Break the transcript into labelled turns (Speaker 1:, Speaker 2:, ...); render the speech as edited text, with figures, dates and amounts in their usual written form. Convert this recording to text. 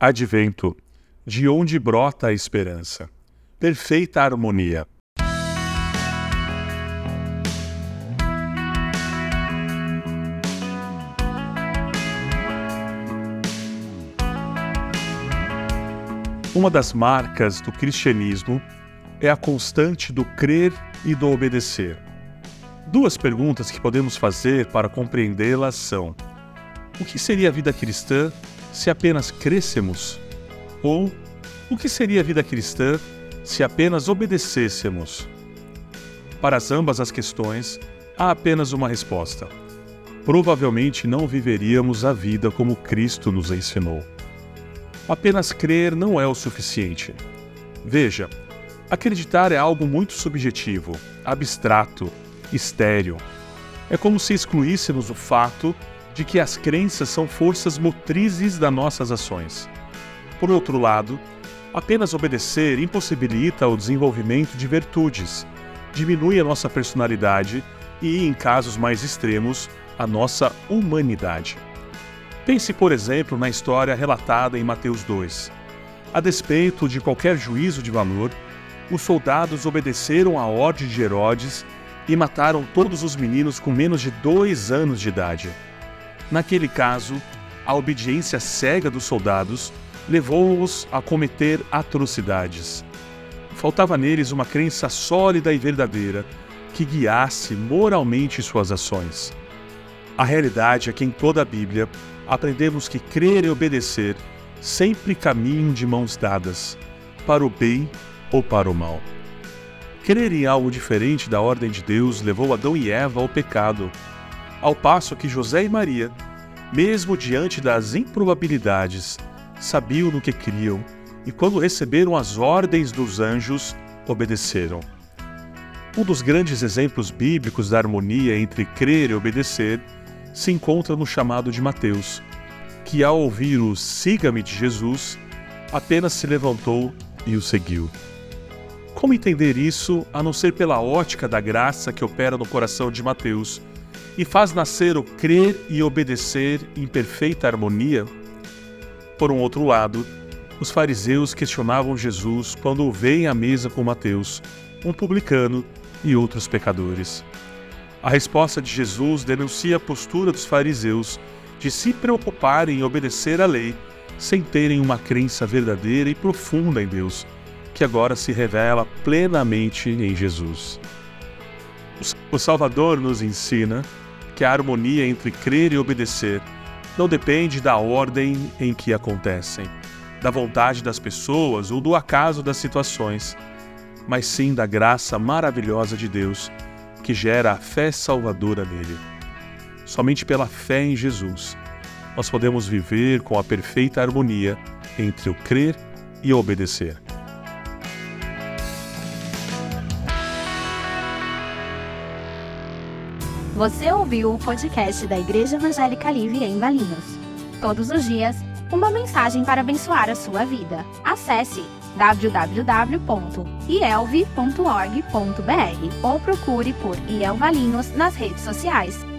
Speaker 1: Advento, de onde brota a esperança. Perfeita harmonia. Uma das marcas do cristianismo é a constante do crer e do obedecer. Duas perguntas que podemos fazer para compreendê-las são: o que seria a vida cristã se apenas crêssemos? Ou o que seria a vida cristã se apenas obedecêssemos? Para ambas as questões, há apenas uma resposta. Provavelmente não viveríamos a vida como Cristo nos ensinou. Apenas crer não é o suficiente. Veja, acreditar é algo muito subjetivo, abstrato, estéril. É como se excluíssemos o fato de que as crenças são forças motrizes das nossas ações. Por outro lado, apenas obedecer impossibilita o desenvolvimento de virtudes, diminui a nossa personalidade e, em casos mais extremos, a nossa humanidade. Pense, por exemplo, na história relatada em Mateus 2. A despeito de qualquer juízo de valor, os soldados obedeceram à ordem de Herodes e mataram todos os meninos com menos de 2 anos de idade. Naquele caso, a obediência cega dos soldados levou-os a cometer atrocidades. Faltava neles uma crença sólida e verdadeira que guiasse moralmente suas ações. A realidade é que em toda a Bíblia aprendemos que crer e obedecer sempre caminham de mãos dadas, para o bem ou para o mal. Crer em algo diferente da ordem de Deus levou Adão e Eva ao pecado, ao passo que José e Maria, mesmo diante das improbabilidades, sabiam no que criam e, quando receberam as ordens dos anjos, obedeceram. Um dos grandes exemplos bíblicos da harmonia entre crer e obedecer se encontra no chamado de Mateus, que, ao ouvir o "siga-me" de Jesus, apenas se levantou e o seguiu. Como entender isso a não ser pela ótica da graça que opera no coração de Mateus e faz nascer o crer e obedecer em perfeita harmonia? Por um outro lado, os fariseus questionavam Jesus quando o veem à mesa com Mateus, um publicano e outros pecadores. A resposta de Jesus denuncia a postura dos fariseus de se preocuparem em obedecer à lei sem terem uma crença verdadeira e profunda em Deus, que agora se revela plenamente em Jesus. O Salvador nos ensina que a harmonia entre crer e obedecer não depende da ordem em que acontecem, da vontade das pessoas ou do acaso das situações, mas sim da graça maravilhosa de Deus, que gera a fé salvadora nele. Somente pela fé em Jesus, nós podemos viver com a perfeita harmonia entre o crer e o obedecer.
Speaker 2: Você ouviu o podcast da Igreja Evangélica Livre em Valinhos. Todos os dias, uma mensagem para abençoar a sua vida. Acesse www.ielve.org.br ou procure por IEL Valinhos nas redes sociais.